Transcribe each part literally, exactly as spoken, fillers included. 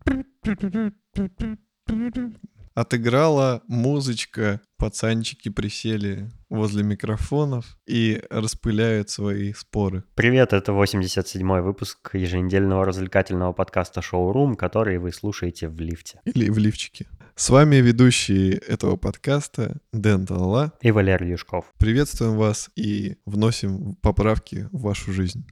Отыграла музычка, пацанчики присели возле микрофонов и распыляют свои споры. Привет, это восемьдесят седьмой выпуск еженедельного развлекательного подкаста «Шоурум», который вы слушаете в лифте. Или в лифчике. С вами ведущие этого подкаста Дэн Талала и Валерий Юшков. Приветствуем вас и вносим поправки в вашу жизнь.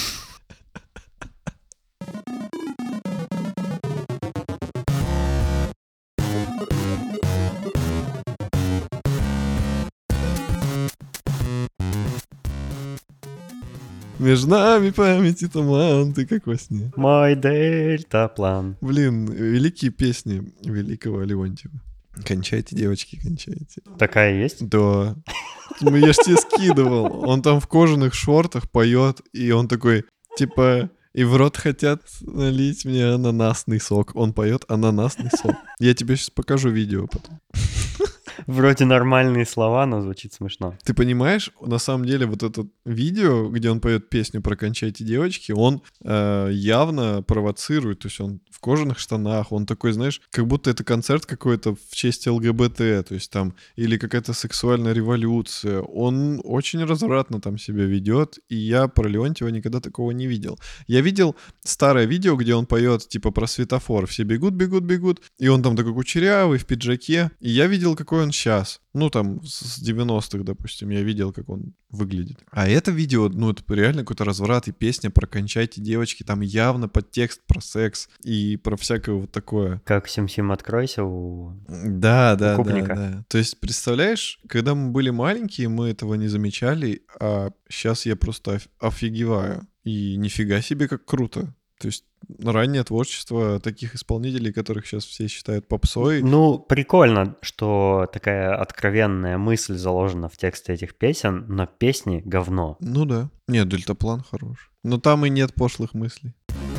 Между нами памяти туман, ты как во сне. Мой дельтаплан. Блин, великие песни великого Леонтьева. Кончайте, девочки, кончайте. Такая есть? Да. Я ж тебе скидывал. Он там в кожаных шортах поет, и он такой, типа, и в рот хотят налить мне ананасный сок. Он поет ананасный сок. Я тебе сейчас покажу видео потом. Вроде нормальные слова, но звучит смешно. Ты понимаешь, на самом деле вот это видео, где он поет песню про «Кончайте, девочки», он э, явно провоцирует, то есть он в кожаных штанах, он такой, знаешь, как будто это концерт какой-то в честь ЛГБТ, то есть там, или какая-то сексуальная революция. Он очень развратно там себя ведет, и я про Леонтьева никогда такого не видел. Я видел старое видео, где он поет типа про светофор, все бегут, бегут, бегут, и он там такой кучерявый, в пиджаке, и я видел, какой он сейчас. Ну, там, с девяностых, допустим, я видел, как он выглядит. А это видео, ну, это реально какой-то разврат и песня про «Кончайте, девочки», там явно подтекст про секс и про всякое вот такое. Как «Сим-Сим, откройся» у Да, да, у Купника. да, да. То есть, представляешь, когда мы были маленькие, мы этого не замечали, а сейчас я просто офигеваю. И нифига себе, как круто. То есть раннее творчество таких исполнителей, которых сейчас все считают попсой. Ну, прикольно, что такая откровенная мысль заложена в тексте этих песен, но песни — говно. Ну да. Нет, дельтаплан хорош. Но там и нет пошлых мыслей.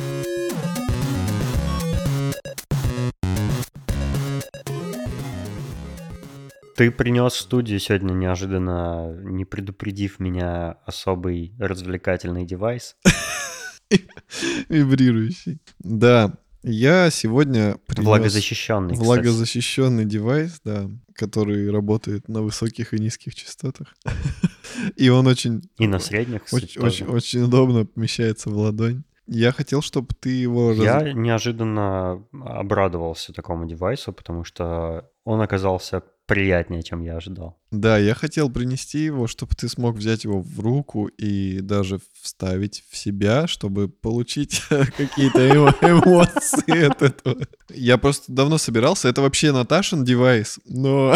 Ты принес в студию сегодня неожиданно, не предупредив меня, особый развлекательный девайс. Вибрирующий. Да, я сегодня принес... Влагозащищенный, кстати. Влагозащищенный девайс, да, который работает на высоких и низких частотах. И он очень... И на средних, кстати, очень, очень, очень удобно помещается в ладонь. Я хотел, чтобы ты его... Я раз... неожиданно обрадовался такому девайсу, потому что он оказался приятнее, чем я ожидал. Да, я хотел принести его, чтобы ты смог взять его в руку и даже вставить в себя, чтобы получить какие-то эмоции от этого. Я просто давно собирался. Это вообще Наташин девайс, но...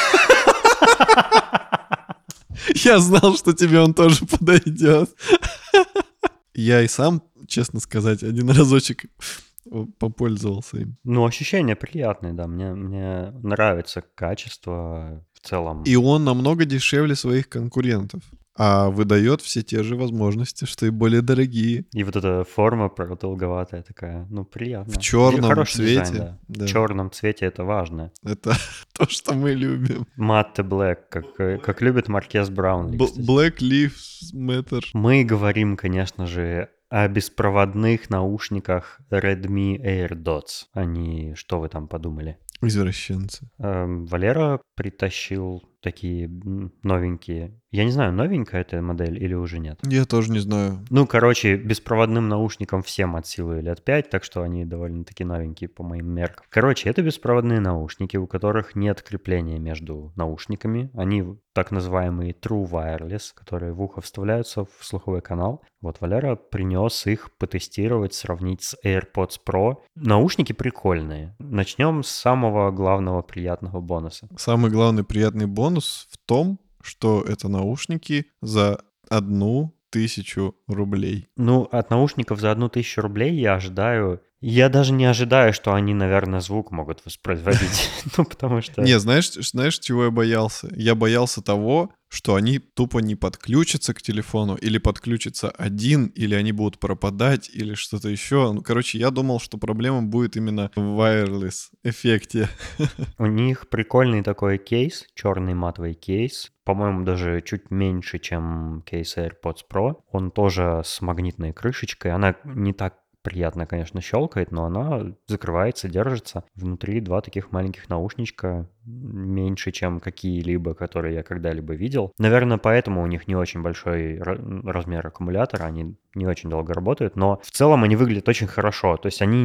Я знал, что тебе он тоже подойдет. Я и сам, честно сказать, один разочек попользовался им. Ну, ощущения приятные, да. Мне, мне нравится качество в целом. И он намного дешевле своих конкурентов, а выдает все те же возможности, что и более дорогие. И вот эта форма продолговатая такая, ну, приятно. В черном Хороший цвете. Дизайн, да. Да. В черном цвете это важно. Это то, что мы любим. Matte Black, как, как любит Маркез Браунли. Б- Black Lives Matter. Мы говорим, конечно же, о беспроводных наушниках Redmi AirDots. Они, что вы там подумали? Извращенцы. Эм, Валера притащил такие новенькие. Я не знаю, новенькая эта модель или уже нет. Я тоже не знаю. Ну, короче, беспроводным наушникам всем от силы лет пять, так что они довольно-таки новенькие по моим меркам. Короче, это беспроводные наушники, у которых нет крепления между наушниками. Они так называемые True Wireless, которые в ухо вставляются в слуховой канал. Вот Валера принес их потестировать, сравнить с AirPods Pro. Наушники прикольные. Начнем с самого главного приятного бонуса. Самый главный приятный бонус в том, что это наушники за одну тысячу рублей. Ну, от наушников за одну тысячу рублей я ожидаю... Я даже не ожидаю, что они, наверное, звук могут воспроизводить. Ну, потому что... Не, знаешь, знаешь, чего я боялся? Я боялся того, что они тупо не подключатся к телефону, или подключится один, или они будут пропадать, или что-то еще. Ну, короче, я думал, что проблема будет именно в wireless эффекте. У них прикольный такой кейс, черный матовый кейс. По-моему, даже чуть меньше, чем кейс AirPods Pro. Он тоже с магнитной крышечкой. Она не так приятно, конечно, щелкает, но она закрывается, держится. Внутри два таких маленьких наушничка, меньше, чем какие-либо, которые я когда-либо видел. Наверное, поэтому у них не очень большой размер аккумулятора, они не очень долго работают, но в целом они выглядят очень хорошо. То есть они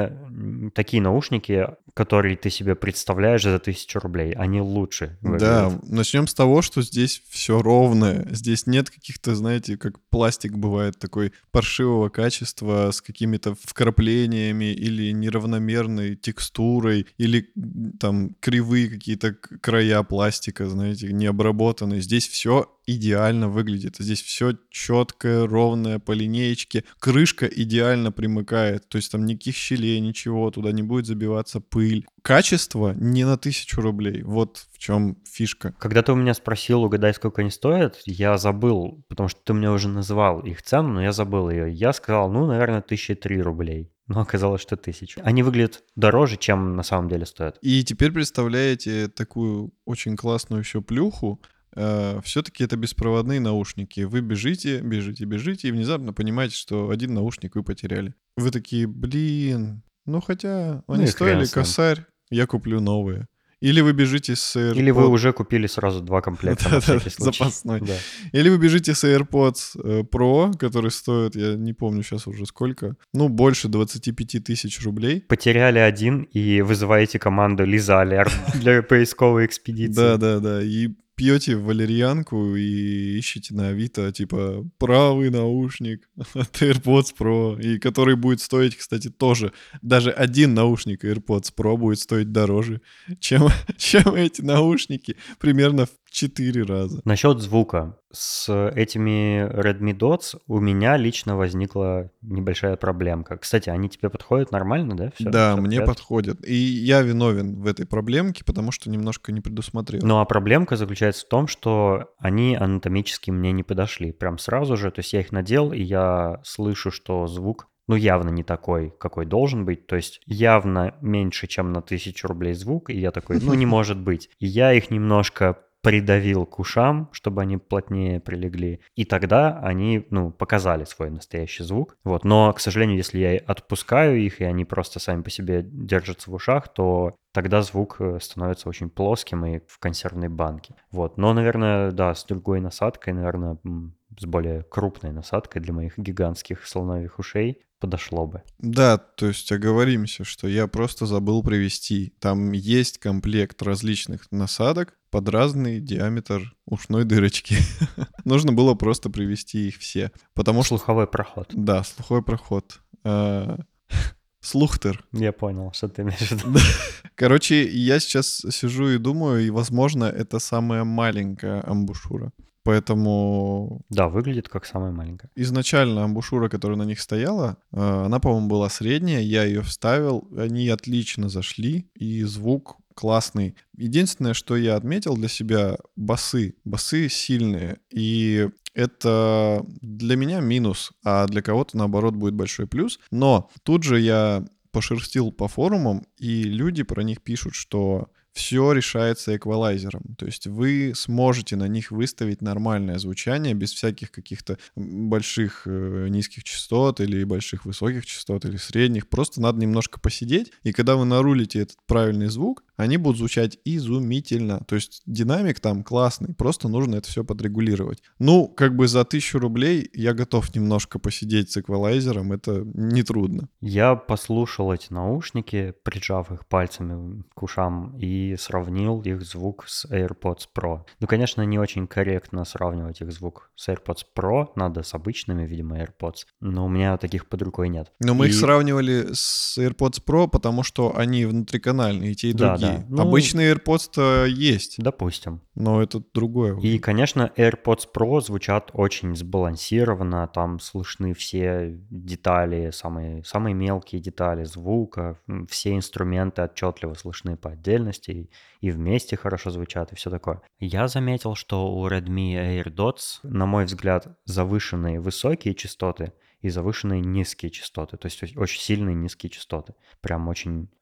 не такие наушники, которые ты себе представляешь за тысячу рублей, они лучше выглядят. Да, начнем с того, что здесь все ровное. Здесь нет каких-то, знаете, как пластик бывает, такой паршивого качества с какими-то вкраплениями или неравномерной текстурой, или там кривые какие-то края пластика, знаете, необработанные. Здесь все идеально выглядит. Здесь все четкое, ровное, по линеечке. Крышка идеально примыкает. То есть там никаких щелей, ничего, туда не будет забиваться пыль. Качество не на тысячу рублей. Вот в чем фишка. Когда ты у меня спросил, угадай, сколько они стоят, я забыл, потому что ты мне уже называл их цену, но я забыл ее. Я сказал, ну, наверное, тысяча три рублей. Но оказалось, что тысяча. Они выглядят дороже, чем на самом деле стоят. И теперь представляете такую очень классную еще плюху. Uh, все-таки это беспроводные наушники. Вы бежите, бежите, бежите, и внезапно понимаете, что один наушник вы потеряли. Вы такие, блин, ну хотя они Ну и стоили хрен с ним. косарь, я куплю новые. Или вы бежите с AirPods... Или вы уже купили сразу два комплекта на всякий случай. Запасной. Да. Или вы бежите с AirPods Pro, который стоит, я не помню сейчас уже сколько, ну, больше двадцать пять тысяч рублей. Потеряли один и вызываете команду Лиза Алерт для поисковой экспедиции. Да-да-да, и пьете валерьянку и ищете на Авито, типа, правый наушник от AirPods Pro, и который будет стоить, кстати, тоже. Даже один наушник AirPods Pro будет стоить дороже, чем, чем эти наушники, примерно в четыре раза. Насчет звука. С этими Redmi Dots у меня лично возникла небольшая проблемка. Кстати, они тебе подходят нормально, да? Всё, да, всё мне подходят. И я виновен в этой проблемке, потому что немножко не предусмотрел. Ну а проблемка заключается в том, что они анатомически мне не подошли. Прям сразу же. То есть я их надел, и я слышу, что звук ну, явно не такой, какой должен быть. То есть явно меньше, чем на тысячу рублей звук. И я такой, ну, не может быть. И я их немножко придавил к ушам, чтобы они плотнее прилегли. И тогда они, ну, показали свой настоящий звук. Вот. Но, к сожалению, если я отпускаю их, и они просто сами по себе держатся в ушах, то тогда звук становится очень плоским и в консервной банке. Вот. Но, наверное, да, с другой насадкой, наверное, с более крупной насадкой для моих гигантских слоновьих ушей подошло бы. Да, то есть оговоримся, что я просто забыл привезти. Там есть комплект различных насадок под разный диаметр ушной дырочки. Нужно было просто привезти их все. Потому что... Слуховой проход. Да, слуховой проход. Слухтер. Я понял, что ты имеешь в виду. Короче, я сейчас сижу и думаю, и, возможно, это самая маленькая амбушюра. Поэтому... Да, выглядит как самая маленькая. Изначально амбушюра, которая на них стояла, она, по-моему, была средняя, я ее вставил, они отлично зашли, и звук классный. Единственное, что я отметил для себя, басы. Басы сильные, и это для меня минус, а для кого-то, наоборот, будет большой плюс. Но тут же я пошерстил по форумам, и люди про них пишут, что все решается эквалайзером. То есть вы сможете на них выставить нормальное звучание без всяких каких-то больших э, низких частот или больших высоких частот или средних. Просто надо немножко посидеть, и когда вы нарулите этот правильный звук, они будут звучать изумительно. То есть динамик там классный, просто нужно это все подрегулировать. Ну, как бы за тысячу рублей я готов немножко посидеть с эквалайзером, это нетрудно. Я послушал эти наушники, прижав их пальцами к ушам, и сравнил их звук с AirPods Pro. Ну, конечно, не очень корректно сравнивать их звук с AirPods Pro, надо с обычными, видимо, AirPods, но у меня таких под рукой нет. Но мы и... их сравнивали с AirPods Pro, потому что они внутриканальные, и те, и да, другие. Да. Ну, обычные AirPods-то есть. Допустим. Но это другое. И, конечно, AirPods Pro звучат очень сбалансированно, там слышны все детали, самые, самые мелкие детали звука, все инструменты отчетливо слышны по отдельности, и, и вместе хорошо звучат, и все такое. Я заметил, что у Redmi AirDots, на мой взгляд, завышенные высокие частоты и завышенные низкие частоты, то есть очень сильные низкие частоты. Прям очень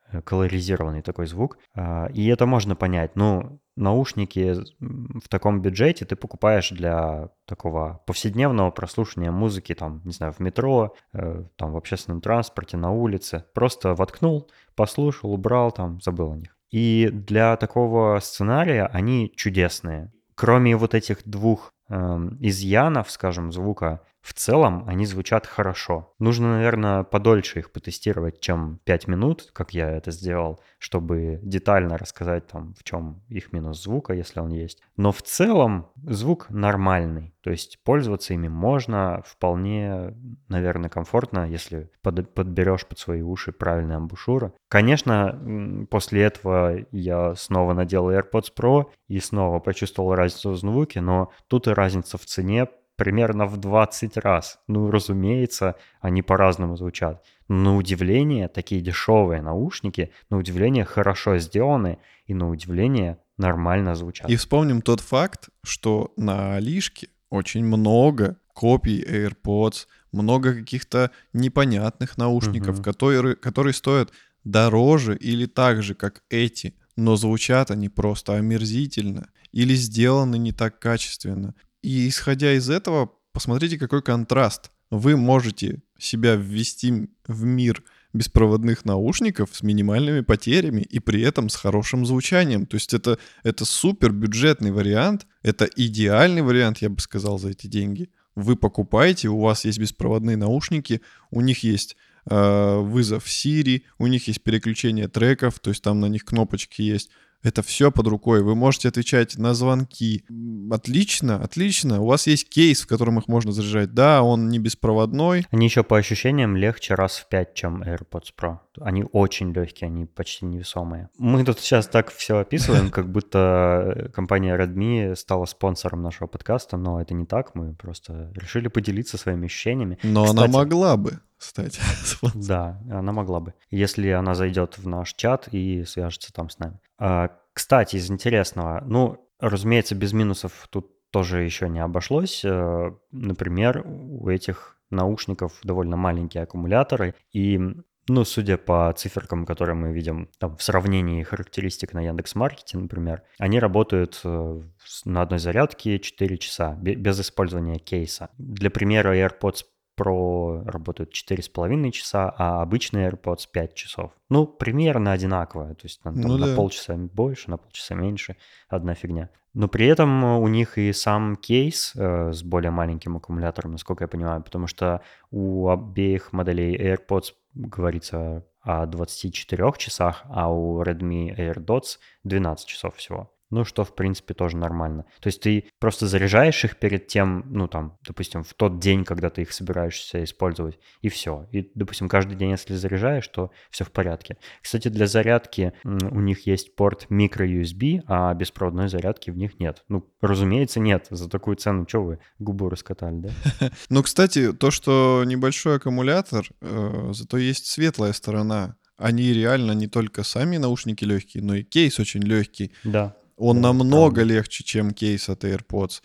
колоризированный такой звук. И это можно понять. Ну, наушники в таком бюджете ты покупаешь для такого повседневного прослушивания музыки, там, не знаю, в метро, там, в общественном транспорте, на улице. Просто воткнул, послушал, убрал, там, забыл о них. И для такого сценария они чудесные. Кроме вот этих двух эм, изъянов, скажем, звука, в целом они звучат хорошо. Нужно, наверное, подольше их потестировать, чем пять минут, как я это сделал, чтобы детально рассказать, там, в чем их минус звука, если он есть. Но в целом звук нормальный. То есть пользоваться ими можно вполне, наверное, комфортно, если под, подберешь под свои уши правильные амбушюры. Конечно, после этого я снова надел AirPods Pro и снова почувствовал разницу в звуке, но тут и разница в цене примерно в двадцать раз. Ну, разумеется, они по-разному звучат. Но на удивление, такие дешевые наушники, на удивление, хорошо сделаны и на удивление нормально звучат. И вспомним тот факт, что на Алишке очень много копий AirPods, много каких-то непонятных наушников, Мгм. которые, которые стоят дороже или так же, как эти, но звучат они просто омерзительно или сделаны не так качественно. И исходя из этого, посмотрите, какой контраст. Вы можете себя ввести в мир беспроводных наушников с минимальными потерями и при этом с хорошим звучанием. То есть это, это супер бюджетный вариант, это идеальный вариант, я бы сказал, за эти деньги. Вы покупаете, у вас есть беспроводные наушники, у них есть э, вызов Siri, у них есть переключение треков, то есть там на них кнопочки есть. Это все под рукой. Вы можете отвечать на звонки. Отлично, отлично. У вас есть кейс, в котором их можно заряжать. Да, он не беспроводной. Они еще по ощущениям легче раз в пять, чем AirPods Pro. Они очень легкие, они почти невесомые. Мы тут сейчас так все описываем, как будто компания Redmi стала спонсором нашего подкаста, но это не так. Мы просто решили поделиться своими ощущениями. Но Кстати, она могла бы стать спонсором. Да, она могла бы, если она зайдет в наш чат и свяжется там с нами. А, кстати, из интересного, ну, разумеется, без минусов тут тоже еще не обошлось. Э, Например, у этих наушников довольно маленькие аккумуляторы, и, ну, судя по циферкам, которые мы видим там в сравнении характеристик на Яндекс.Маркете, например, они работают э, с- на одной зарядке четыре часа бе- без использования кейса. Для примера, AirPods Pro работают четыре с половиной часа, а обычные AirPods пять часов. Ну, примерно одинаково. То есть там, там Ну на да. полчаса больше, на полчаса меньше. Одна фигня. Но при этом э, у них и сам кейс э, с более маленьким аккумулятором, насколько я понимаю, потому что у обеих моделей AirPods говорится о двадцати четырёх часах, а у Redmi AirDots двенадцать часов всего. Ну, что, в принципе, тоже нормально. То есть ты просто заряжаешь их перед тем, ну, там, допустим, в тот день, когда ты их собираешься использовать, и все. И, допустим, каждый день, если заряжаешь, то все в порядке. Кстати, для зарядки м, у них есть порт micro-ю эс би, а беспроводной зарядки в них нет. Ну, разумеется, нет. За такую цену, что вы губу раскатали, да? Ну, кстати, то, что небольшой аккумулятор, э, зато есть светлая сторона. Они реально не только сами наушники легкие, но и кейс очень легкий. Да. Он Да, это намного правда. легче, чем кейс от AirPods.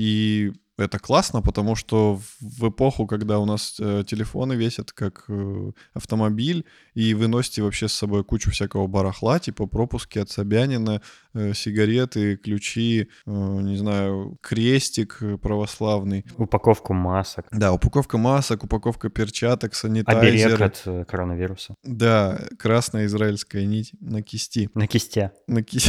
И это классно, потому что в эпоху, когда у нас э, телефоны весят как э, автомобиль, и вы носите вообще с собой кучу всякого барахла, типа пропуски от Собянина, э, сигареты, ключи, э, не знаю, крестик э, православный. Упаковку масок. Да, упаковка масок, упаковка перчаток, Оберег санитайзеры. от э, коронавируса. Да, красная израильская нить на кисти. На кисте. На кисти.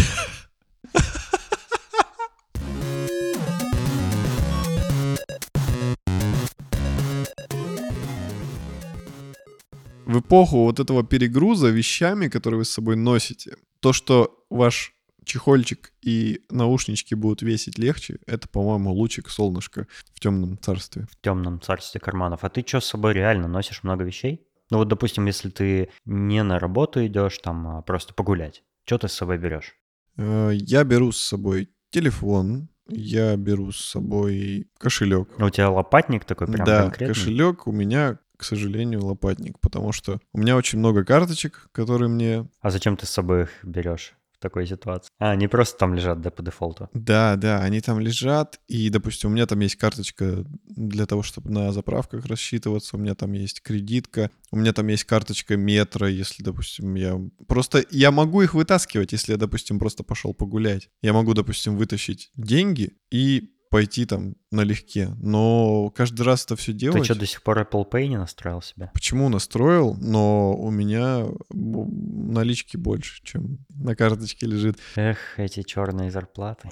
В эпоху вот этого перегруза вещами, которые вы с собой носите, то, что ваш чехольчик и наушнички будут весить легче, это, по-моему, лучик солнышка в темном царстве. В темном царстве карманов. А ты что с собой реально носишь много вещей? Ну вот, допустим, если ты не на работу идешь, там, а просто погулять, что ты с собой берешь? Э, Я беру с собой телефон, я беру с собой кошелек. У тебя лопатник такой прям Да, конкретный? кошелек у меня, к сожалению, лопатник, потому что у меня очень много карточек, которые мне... А зачем ты с собой их берешь? в такой ситуации? А, они просто там лежат, да, по дефолту? Да, да, они там лежат, и, допустим, у меня там есть карточка для того, чтобы на заправках рассчитываться, у меня там есть кредитка, у меня там есть карточка метро, если, допустим, я... Просто я могу их вытаскивать, если я, допустим, просто пошел погулять. Я могу, допустим, вытащить деньги и пойти там налегке, но каждый раз это все делать... Ты что, до сих пор Apple Pay не настроил себе? Почему настроил, но у меня налички больше, чем на карточке лежит. Эх, эти черные зарплаты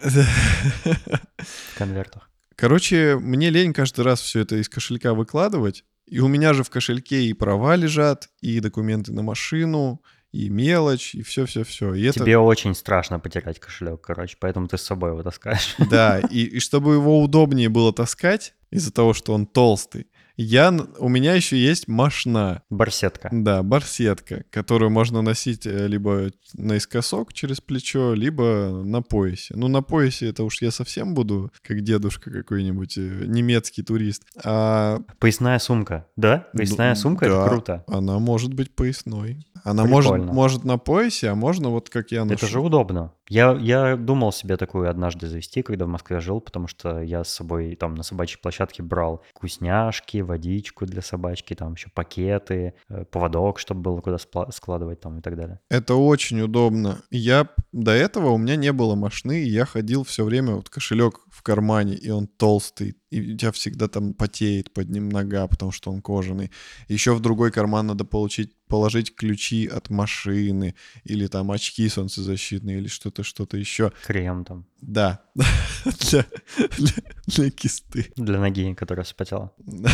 в конвертах. Короче, мне лень каждый раз все это из кошелька выкладывать, и у меня же в кошельке и права лежат, и документы на машину, и мелочь, и все-все-все. И Тебе это... очень страшно потерять кошелек, короче, поэтому ты с собой его таскаешь. Да, и, и чтобы его удобнее было таскать, из-за того, что он толстый, я, у меня еще есть мошна. Барсетка. Да, барсетка, которую можно носить либо наискосок через плечо, либо на поясе. Ну, на поясе это уж я совсем буду, как дедушка какой-нибудь, немецкий турист. А... Поясная сумка, да? Поясная Д- сумка, да, это круто. Она может быть поясной. Она Прикольно. может, может на поясе, а можно вот как я ношу. Это же удобно. Я, я думал себе такую однажды завести, когда в Москве жил, потому что я с собой там на собачьей площадке брал вкусняшки, водичку для собачки, там еще пакеты, поводок, чтобы было куда спла- складывать там и так далее. Это очень удобно. Я до этого у меня не было мошны, и я ходил все время, вот кошелек в кармане, и он толстый, и у тебя всегда там потеет под ним нога, потому что он кожаный. Еще в другой карман надо получить, положить ключи от машины, или там очки солнцезащитные, или что-то, что-то еще. Крем там. Да, для, для, для кисты. Для ноги, которая вспотела.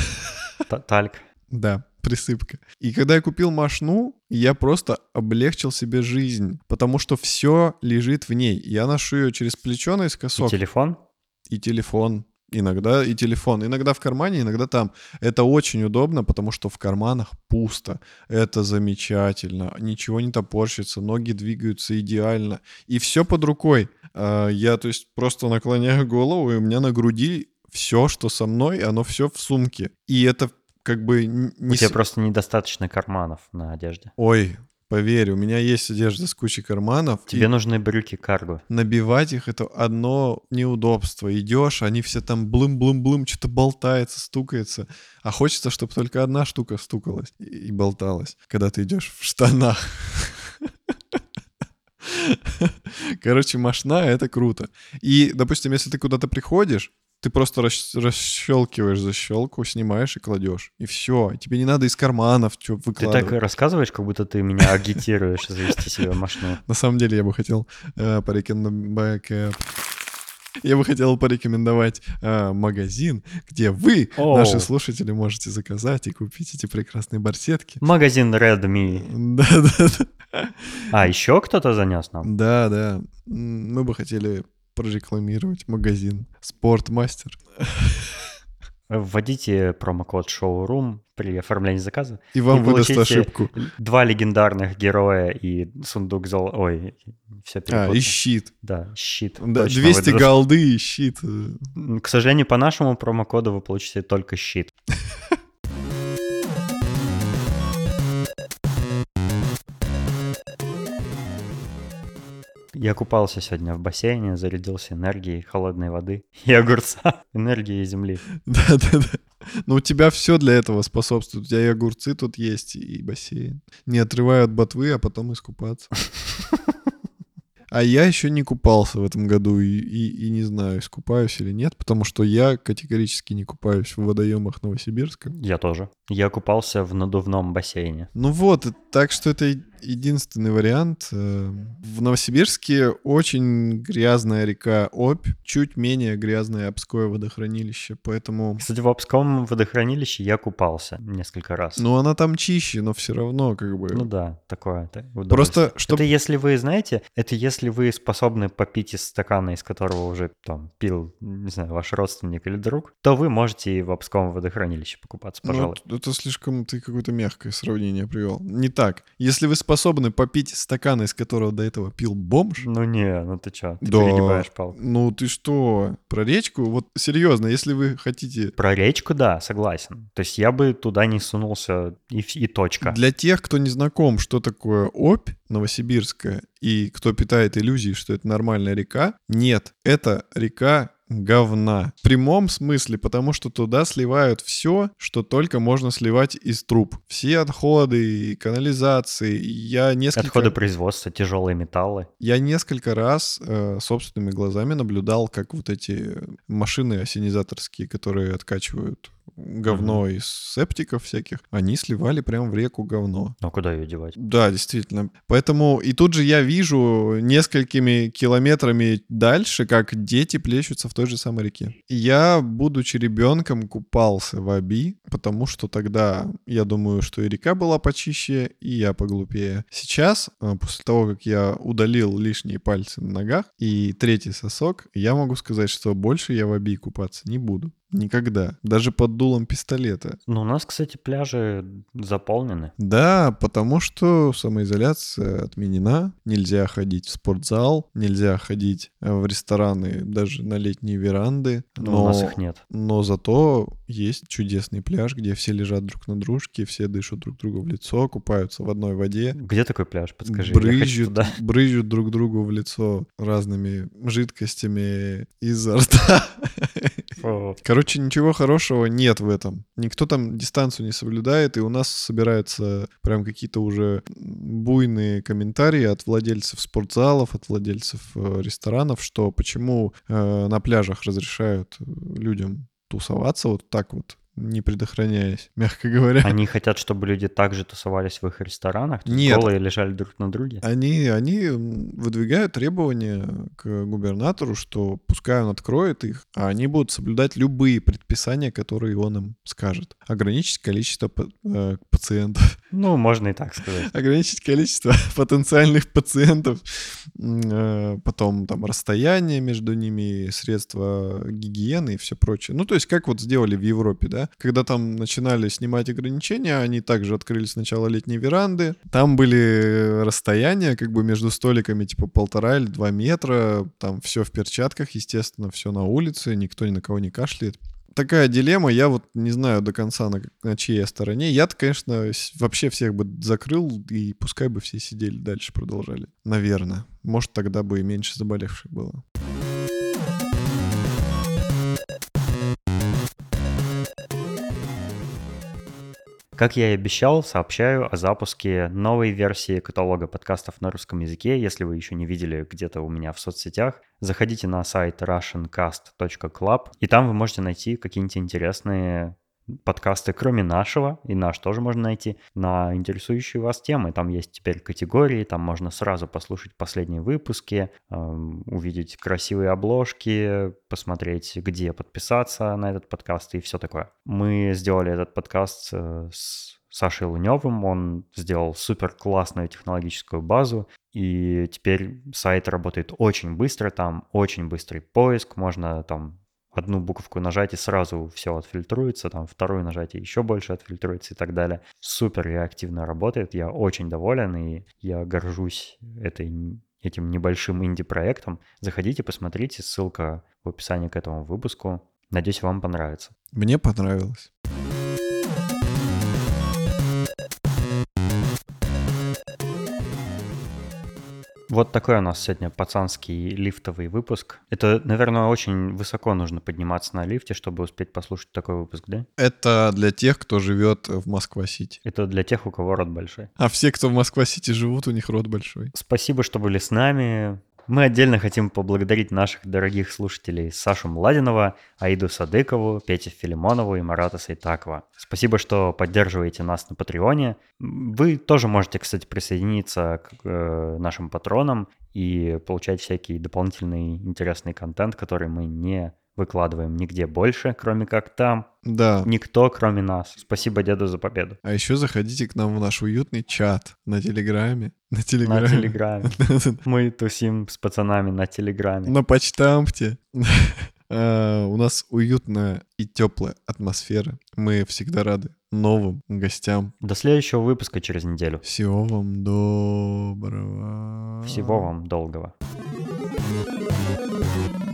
Тальк. Да, присыпка. И когда я купил мошну, я просто облегчил себе жизнь, потому что все лежит в ней. Я ношу ее через плечо наискосок. И телефон? И телефон. Иногда и телефон. Иногда в кармане, иногда там. Это очень удобно, потому что в карманах пусто. Это замечательно. Ничего не топорщится, ноги двигаются идеально. И все под рукой. Я, то есть, просто наклоняю голову, и у меня на груди все, что со мной, оно все в сумке. И это как бы... Не у тебя с... просто недостаточно карманов на одежде. Ой, поверь, у меня есть одежда с кучей карманов. Тебе нужны брюки карго. Набивать их — это одно неудобство. Идешь, они все там блым-блым-блым, что-то болтается, стукается. А хочется, чтобы только одна штука стукалась и болталась, когда ты идешь в штанах. Короче, мошна — это круто. И, допустим, если ты куда-то приходишь, ты просто расщ- расщелкиваешь защелку, снимаешь и кладешь. И все. Тебе не надо из карманов что Ты выкладывать. так рассказываешь, как будто ты меня агитируешь завести себе мошну. На самом деле я бы хотел э, порекомендовать... э, Я бы хотел порекомендовать э, магазин, где вы, Оу. наши слушатели, можете заказать и купить эти прекрасные барсетки. Магазин Redmi. Да-да-да. А, еще кто-то занес нам? Да-да. М, Мы бы хотели прорекламировать магазин Спортмастер. Вводите промокод Showroom при оформлении заказа. И вам и выдаст получите ошибку. Два легендарных героя и сундук зол... Ой, все А, перепутано. и щит. Да, щит. Да, точно двести выдадут. голды и щит. К сожалению, по нашему промокоду вы получите только щит. Я купался сегодня в бассейне, зарядился энергией холодной воды и огурца, энергией земли. Да-да-да. Но у тебя все для этого способствует. У тебя и огурцы тут есть, и бассейн. Не отрывая от ботвы, а потом искупаться. А я еще не купался в этом году и, и, и не знаю, искупаюсь или нет, потому что я категорически не купаюсь в водоемах Новосибирска. Я тоже. Я купался в надувном бассейне. Ну вот, так что это единственный вариант. В Новосибирске очень грязная река Обь, чуть менее грязное Обское водохранилище, поэтому... Кстати, в Обском водохранилище я купался несколько раз. Ну, она там чище, но все равно как бы... Ну да, такое это удовольствие. Просто, чтобы... Это если вы, знаете, это если вы способны попить из стакана, из которого уже там пил, не знаю, ваш родственник или друг, то вы можете и в Обском водохранилище покупаться, пожалуй. Ну, это слишком ты какое-то мягкое сравнение привел. Не так. Если вы способны попить из стакана, из которого до этого пил бомж. Ну не, ну ты чё, ты Да. перегибаешь палку. Ну ты что? Про речку? Вот серьезно, если вы хотите... Про речку, да, согласен. То есть я бы туда не сунулся и, и точка. Для тех, кто не знаком, что такое Обь новосибирская, и кто питает иллюзии, что это нормальная река, нет, это река говна. В прямом смысле, потому что туда сливают все, что только можно сливать из труб. Все отходы, канализации. Я несколько... Отходы производства, тяжелые металлы. Я несколько раз э, собственными глазами наблюдал, как вот эти машины осенизаторские, которые откачивают говно Мгм. из септиков всяких, они сливали прямо в реку говно. Ну куда ее девать? Да, действительно. Поэтому и тут же я вижу несколькими километрами дальше, как дети плещутся в той же самой реке. Я, будучи ребенком, купался в Оби, потому что тогда я думаю, что и река была почище, и я поглупее. Сейчас, э, после того, как я удалил лишние пальцы на ногах и третий сосок, я могу сказать, что больше я в Оби купаться не буду. Никогда. Даже под дулом пистолета. Ну, у нас, кстати, пляжи заполнены. Да, потому что самоизоляция отменена. Нельзя ходить в спортзал, нельзя ходить э, в рестораны, даже на летние веранды. Но у нас их нет. Но зато есть чудесный пляж, где все лежат друг на дружке, все дышат друг другу в лицо, купаются в одной воде. Где такой пляж? Подскажи. Я хочу Брызжут, туда. брызжут друг другу в лицо разными жидкостями изо рта. Фу. Короче, ничего хорошего нет в этом. Никто там дистанцию не соблюдает, и у нас собираются прям какие-то уже буйные комментарии от владельцев спортзалов, от владельцев э, ресторанов, что почему э, на пляжах разрешают людям тусоваться вот так вот, не предохраняясь, мягко говоря. Они хотят, чтобы люди также тусовались в их ресторанах? То есть Нет. голые лежали друг на друге? Они, они м, выдвигают требования к губернатору, что пускай он откроет их, а они будут соблюдать любые предписания, которые он им скажет. Ограничить количество па- э, пациентов. Ну, можно и так сказать. Ограничить количество потенциальных пациентов. М, э, Потом там расстояние между ними, средства гигиены и все прочее. Ну, то есть как вот сделали в Европе, да? Когда там начинали снимать ограничения, они также открыли сначала летние веранды. Там были расстояния как бы между столиками типа полтора или два метра. Там все в перчатках, естественно, все на улице, никто ни на кого не кашляет. Такая дилемма, я вот не знаю до конца, на, на чьей я стороне. Я-то, конечно, с- вообще всех бы закрыл, и пускай бы все сидели дальше, продолжали. Наверное. Может, тогда бы и меньше заболевших было. Как я и обещал, сообщаю о запуске новой версии каталога подкастов на русском языке. Если вы еще не видели где-то у меня в соцсетях, заходите на сайт russian cast точка club, и там вы можете найти какие-нибудь интересные подкасты, кроме нашего, и наш тоже можно найти, на интересующие вас темы. Там есть теперь категории, там можно сразу послушать последние выпуски, эм, увидеть красивые обложки, посмотреть, где подписаться на этот подкаст и все такое. Мы сделали этот подкаст э, с Сашей Луневым, он сделал супер классную технологическую базу, и теперь сайт работает очень быстро, там очень быстрый поиск, можно там одну буковку нажать и сразу все отфильтруется, там вторую нажать и еще больше отфильтруется и так далее. Супер реактивно работает, я очень доволен, и я горжусь этой, этим небольшим инди-проектом. Заходите, посмотрите, ссылка в описании к этому выпуску. Надеюсь, вам понравится. Мне понравилось. Вот такой у нас сегодня пацанский лифтовый выпуск. Это, наверное, очень высоко нужно подниматься на лифте, чтобы успеть послушать такой выпуск, да? Это для тех, кто живет в Москва-Сити. Это для тех, у кого рот большой. А все, кто в Москва-Сити живут, у них рот большой. Спасибо, что были с нами. Мы отдельно хотим поблагодарить наших дорогих слушателей Сашу Младинова, Аиду Садыкову, Петю Филимонову и Марата Сайтакова. Спасибо, что поддерживаете нас на Патреоне. Вы тоже можете, кстати, присоединиться к э, нашим патронам и получать всякий дополнительный интересный контент, который мы не выкладываем нигде больше, кроме как там. Да. Никто, кроме нас. Спасибо деду за победу. А еще заходите к нам в наш уютный чат на Телеграме. На Телеграме. На Телеграме. Мы тусим с пацанами на Телеграме. На почтамте. Э, У нас уютная и теплая атмосфера. Мы всегда рады новым гостям. До следующего выпуска через неделю. Всего вам доброго. Всего вам долгого.